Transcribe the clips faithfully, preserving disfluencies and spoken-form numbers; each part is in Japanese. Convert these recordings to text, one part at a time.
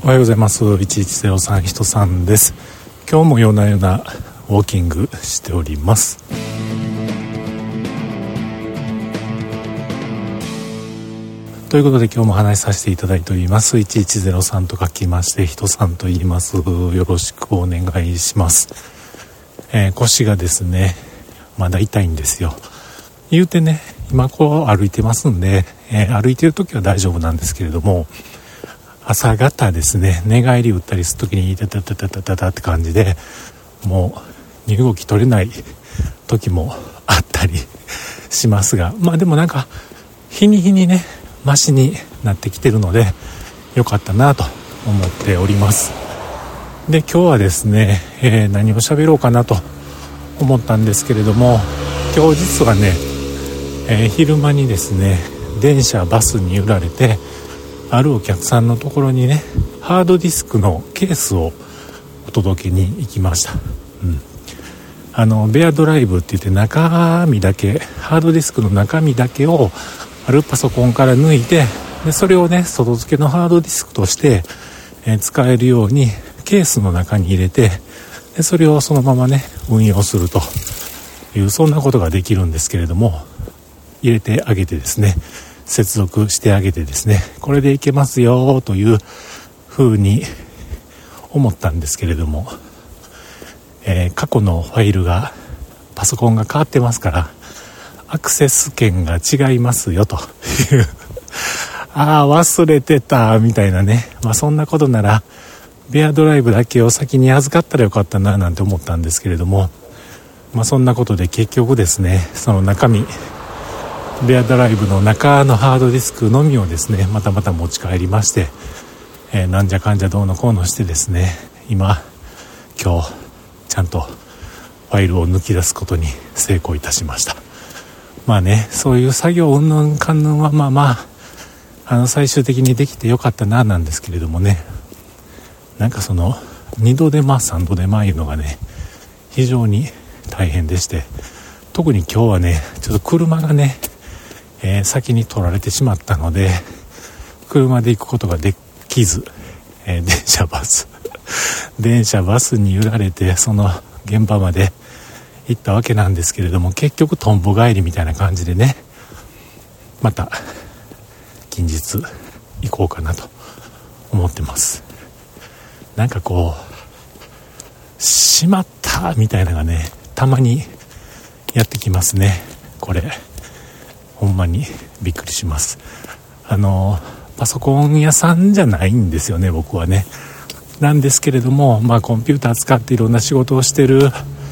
おはようございます。いちいちゼロさんひとさんです。今日も夜な夜なウォーキングしております。ということで今日も話しさせていただいております。いちいちゼロさんと書きましてひとさんと言います。よろしくお願いします。えー、腰がですねまだ痛いんですよ。言うてね今こう歩いてますんで、えー、歩いてる時は大丈夫なんですけれども、朝方ですね寝返り打ったりする時にタタタタタタタって感じでもう身動き取れない時もあったりしますが、まあでもなんか日に日にねマシになってきてるのでよかったなと思っております。で今日はですね、えー、何を喋ろうかなと思ったんですけれども、今日実はね、えー、昼間にですね電車バスに揺られてあるお客さんのところにねハードディスクのケースをお届けに行きました。うん、あのベアドライブって言って中身だけハードディスクの中身だけをあるパソコンから抜いて、でそれをね外付けのハードディスクとして、えー、使えるようにケースの中に入れて、でそれをそのままね運用するというそんなことができるんですけれども、入れてあげてですね接続してあげてですねこれでいけますよという風に思ったんですけれども、えー、過去のファイルがパソコンが変わってますからアクセス権が違いますよというああ忘れてたみたいなね、まあそんなことならベアドライブだけを先に預かったらよかったななんて思ったんですけれども、まあそんなことで結局ですねその中身ベアドライブの中のハードディスクのみをですねまたまた持ち帰りまして、えー、なんじゃかんじゃどうのこうのしてですね今今日ちゃんとファイルを抜き出すことに成功いたしました。まあねそういう作業うんぬんかんぬんはまあまああの最終的にできてよかったななんですけれどもね、なんかそのにど手間さんど手間いうのがね非常に大変でして、特に今日はねちょっと車がねえー、先に取られてしまったので車で行くことができず、えー、電車バス電車バスに揺られてその現場まで行ったわけなんですけれども、結局とんぼ帰りみたいな感じでねまた近日行こうかなと思ってます。なんかこうしまったみたいなのがねたまにやってきますね。これほんまにびっくりします。あのパソコン屋さんじゃないんですよね僕はね。なんですけれども、まあコンピューター使っていろんな仕事をしてる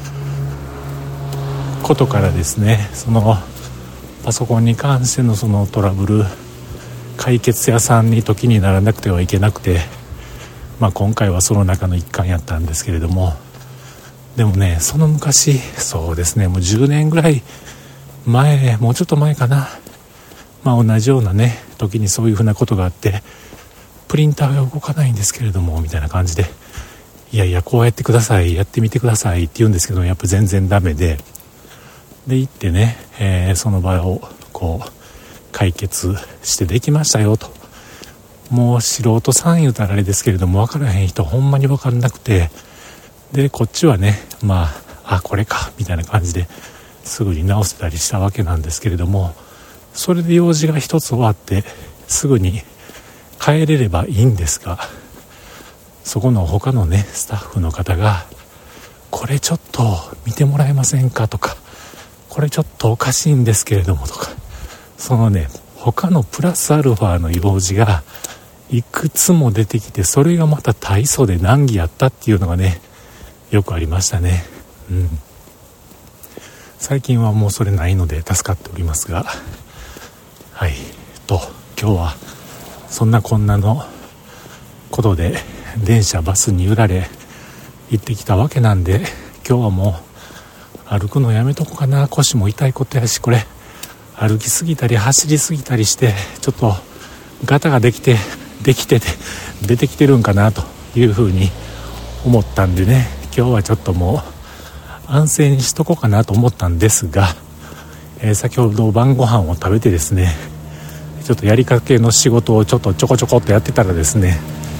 ことからですね、そのパソコンに関してのそのトラブル解決屋さんに時にならなくてはいけなくて、まあ今回はその中の一環やったんですけれども、でもねその昔そうですねもうじゅうねんぐらい前もうちょっと前かな、まあ同じようなね時にそういうふうなことがあって、プリンターが動かないんですけれどもみたいな感じで、いやいやこうやってくださいやってみてくださいって言うんですけどやっぱ全然ダメで、で行ってね、えー、その場をこう解決してできましたよと、もう素人さん言うたらあれですけれども分からへん人ほんまに分からなくて、でこっちはねまああこれかみたいな感じですぐに直せたりしたわけなんですけれども、それで用事が一つ終わってすぐに帰れればいいんですが、そこの他のねスタッフの方がこれちょっと見てもらえませんかとか、これちょっとおかしいんですけれどもとか、そのね他のプラスアルファの用事がいくつも出てきて、それがまた大層で難儀やったっていうのがねよくありましたね。うん最近はもうそれないので助かっておりますが、はいと今日はそんなこんなのことで電車バスに揺られ行ってきたわけなんで、今日はもう歩くのやめとこうかな。腰も痛いことやし、これ歩きすぎたり走りすぎたりしてちょっとガタができてできてて出てきてるんかなというふうに思ったんでね、今日はちょっともう安静にしとこうかなと思ったんですが、えー、先ほど晩ご飯を食べてですねちょっとやりかけの仕事をちょっとちょこちょこっとやってたらですね、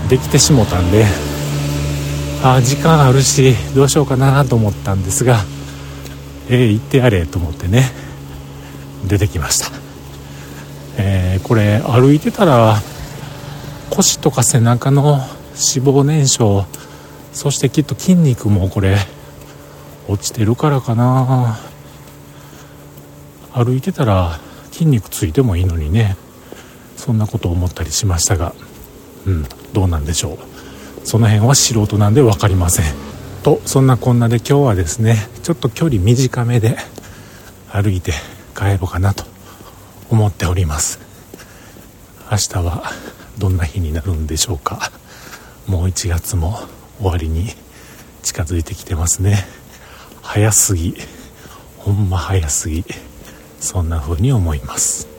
できてしもたんで、あ時間あるしどうしようかなと思ったんですが、えー、行ってやれと思ってね出てきました。えー、これ歩いてたら腰とか背中の脂肪燃焼、そしてきっと筋肉もこれ落ちてるからかな。歩いてたら筋肉ついてもいいのにね、そんなことを思ったりしましたが、うんどうなんでしょう。その辺は素人なんで分かりませんと。そんなこんなで今日はですねちょっと距離短めで歩いて帰ろうかなと思っております。明日はどんな日になるんでしょうか。もういちがつも終わりに近づいてきてますね。早すぎ、ほんま早すぎ、そんな風に思います。